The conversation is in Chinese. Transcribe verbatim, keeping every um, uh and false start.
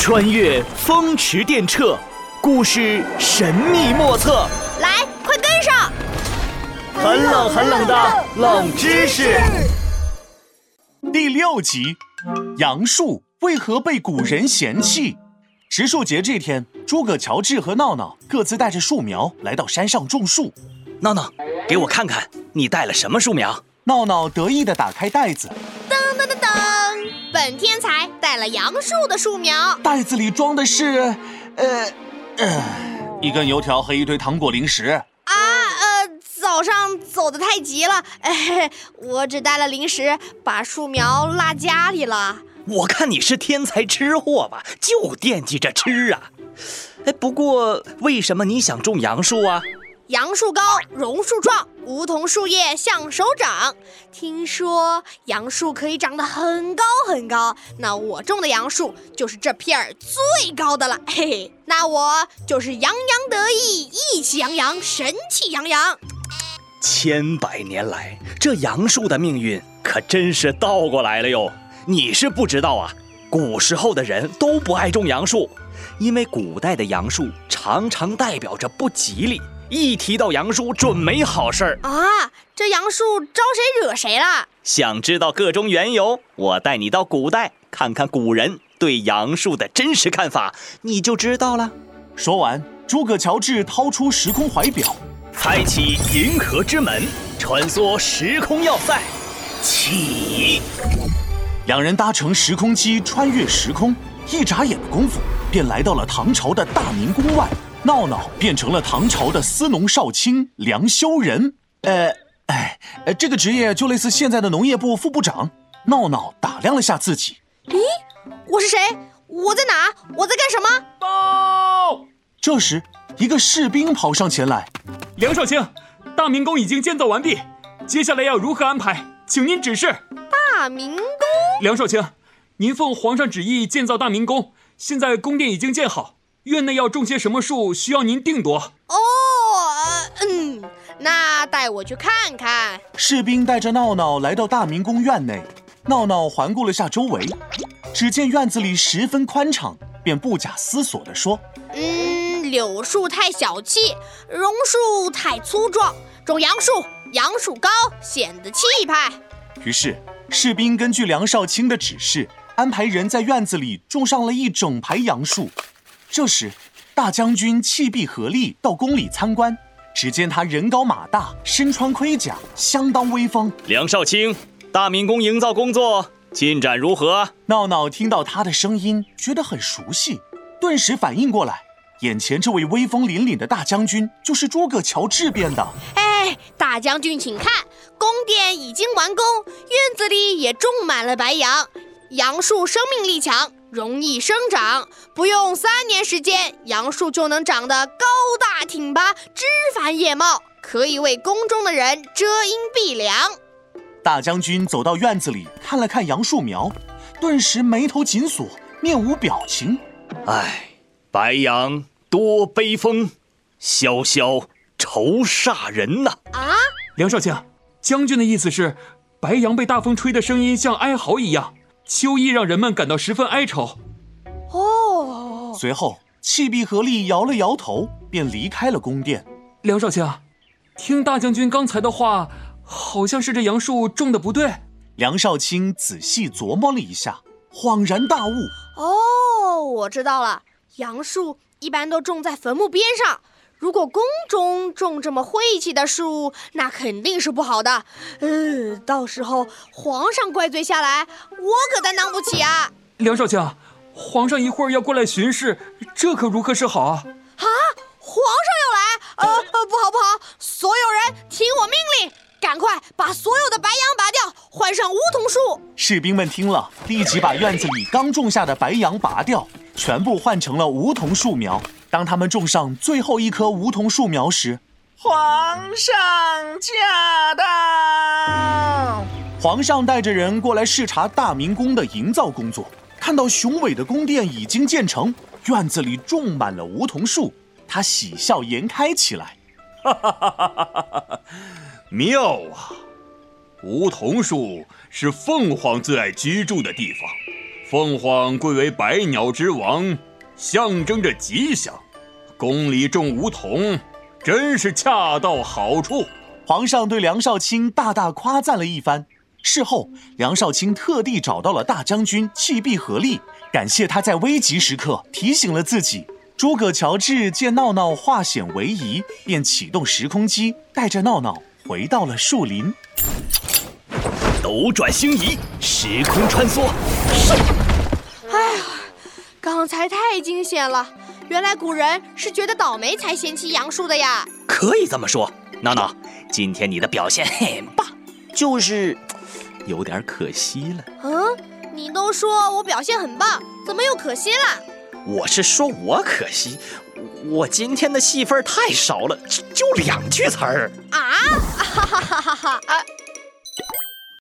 穿越风驰电掣，故事神秘莫测。 来，快跟上！ 很冷很冷的冷知识。 第六集，杨树为何被古人嫌弃？植树节这天，诸葛乔治和闹闹各自带着树苗来到山上种树。 闹闹，给我看看你带了什么树苗？ 闹闹得意地打开袋子， 噔噔噔噔，本天才带了杨树的树苗， 袋子里装的是，呃，呃，一根油条和一堆糖果零食。 啊，呃，早上走得太急了，哎，我只带了零食，把树苗落家里了。 我看你是天才吃货吧，就惦记着吃啊。哎，不过为什么你想种杨树啊？ 杨树高，榕树壮，梧桐树叶像手掌。听说杨树可以长得很高很高，那我种的杨树就是这片儿最高的了。嘿嘿，那我就是洋洋得意，意气洋洋，神气洋洋。 千百年来，这杨树的命运可真是倒过来了哟。你是不知道啊，古时候的人都不爱种杨树，因为古代的杨树常常代表着不吉利。一提到杨树，准没好事儿啊！这杨树招谁惹谁了？ 想知道个中缘由，我带你到古代看看古人对杨树的真实看法，你就知道了。 说完，诸葛乔治掏出时空怀表， 开启银河之门，穿梭时空要塞，起！ 两人搭乘时空机穿越时空，一眨眼的功夫便来到了唐朝的大明宫外。闹闹变成了唐朝的司农少卿梁修仁，呃，哎，这个职业就类似现在的农业部副部长。闹闹打量了下自己， 咦，我是谁？我在哪？我在干什么？ 报！ 这时，一个士兵跑上前来， 梁少卿，大明宫已经建造完毕，接下来要如何安排？请您指示。 大明宫？ 梁少卿，您奉皇上旨意建造大明宫，现在宫殿已经建好。院内要种些什么树，需要您定夺。 哦，嗯，那带我去看看。 士兵带着闹闹来到大明宫院内，闹闹环顾了下周围，只见院子里十分宽敞，便不假思索地说： 嗯，柳树太小气，榕树太粗壮，种杨树，杨树高，显得气派。 于是，士兵根据梁少卿的指示，安排人在院子里种上了一整排杨树。这时，大将军弃璧合力到宫里参观，只见他人高马大，身穿盔甲，相当威风。 梁少卿，大明宫营造工作进展如何？ 闹闹听到他的声音，觉得很熟悉，顿时反应过来，眼前这位威风凛凛的大将军就是诸葛乔治变的。 哎，大将军请看，宫殿已经完工，院子里也种满了白杨。杨树生命力强，容易生长，不用三年时间，杨树就能长得高大挺拔，枝繁叶茂，可以为宫中的人遮阴避凉。 大将军走到院子里，看了看杨树苗，顿时眉头紧锁，面无表情。 唉，白杨多悲风，萧萧愁煞人呐！ 啊， 梁少卿，将军的意思是，白杨被大风吹的声音像哀嚎一样。秋意让人们感到十分哀愁。 哦。 随后，弃璧合力摇了摇头，便离开了宫殿。 梁少卿，听大将军刚才的话，好像是这杨树种的不对。 梁少卿仔细琢磨了一下，恍然大悟。 哦，我知道了，杨树一般都种在坟墓边上。如果宫中种这么晦气的树，那肯定是不好的。嗯，到时候皇上怪罪下来，我可担当不起啊！ 梁少卿，皇上一会儿要过来巡视，这可如何是好啊？ 啊，皇上要来？呃呃，不好不好，所有人听我命令，赶快把所有的白杨拔掉，换上梧桐树。 士兵们听了，立即把院子里刚种下的白杨拔掉，全部换成了梧桐树苗。当他们种上最后一棵梧桐树苗时， 皇上驾到！ 皇上带着人过来视察大明宫的营造工作，看到雄伟的宫殿已经建成，院子里种满了梧桐树，他喜笑颜开起来。 哈哈哈哈哈！妙啊！梧桐树是凤凰最爱居住的地方， 凤凰贵为百鸟之王，象征着吉祥，宫里种梧桐，真是恰到好处。 皇上对梁少卿大大夸赞了一番。事后，梁少卿特地找到了大将军弃璧合力，感谢他在危急时刻提醒了自己。诸葛乔治见闹闹化险为夷，便启动时空机，带着闹闹回到了树林。 斗转星移，时空穿梭，上！ 哎呀，刚才太惊险了！原来古人是觉得倒霉才嫌弃杨树的呀。 可以这么说，闹闹，今天你的表现很棒，就是有点可惜了。 嗯，你都说我表现很棒，怎么又可惜了？ 我是说我可惜，我今天的戏份太少了，就两句词儿。 啊，哈哈哈哈哈！啊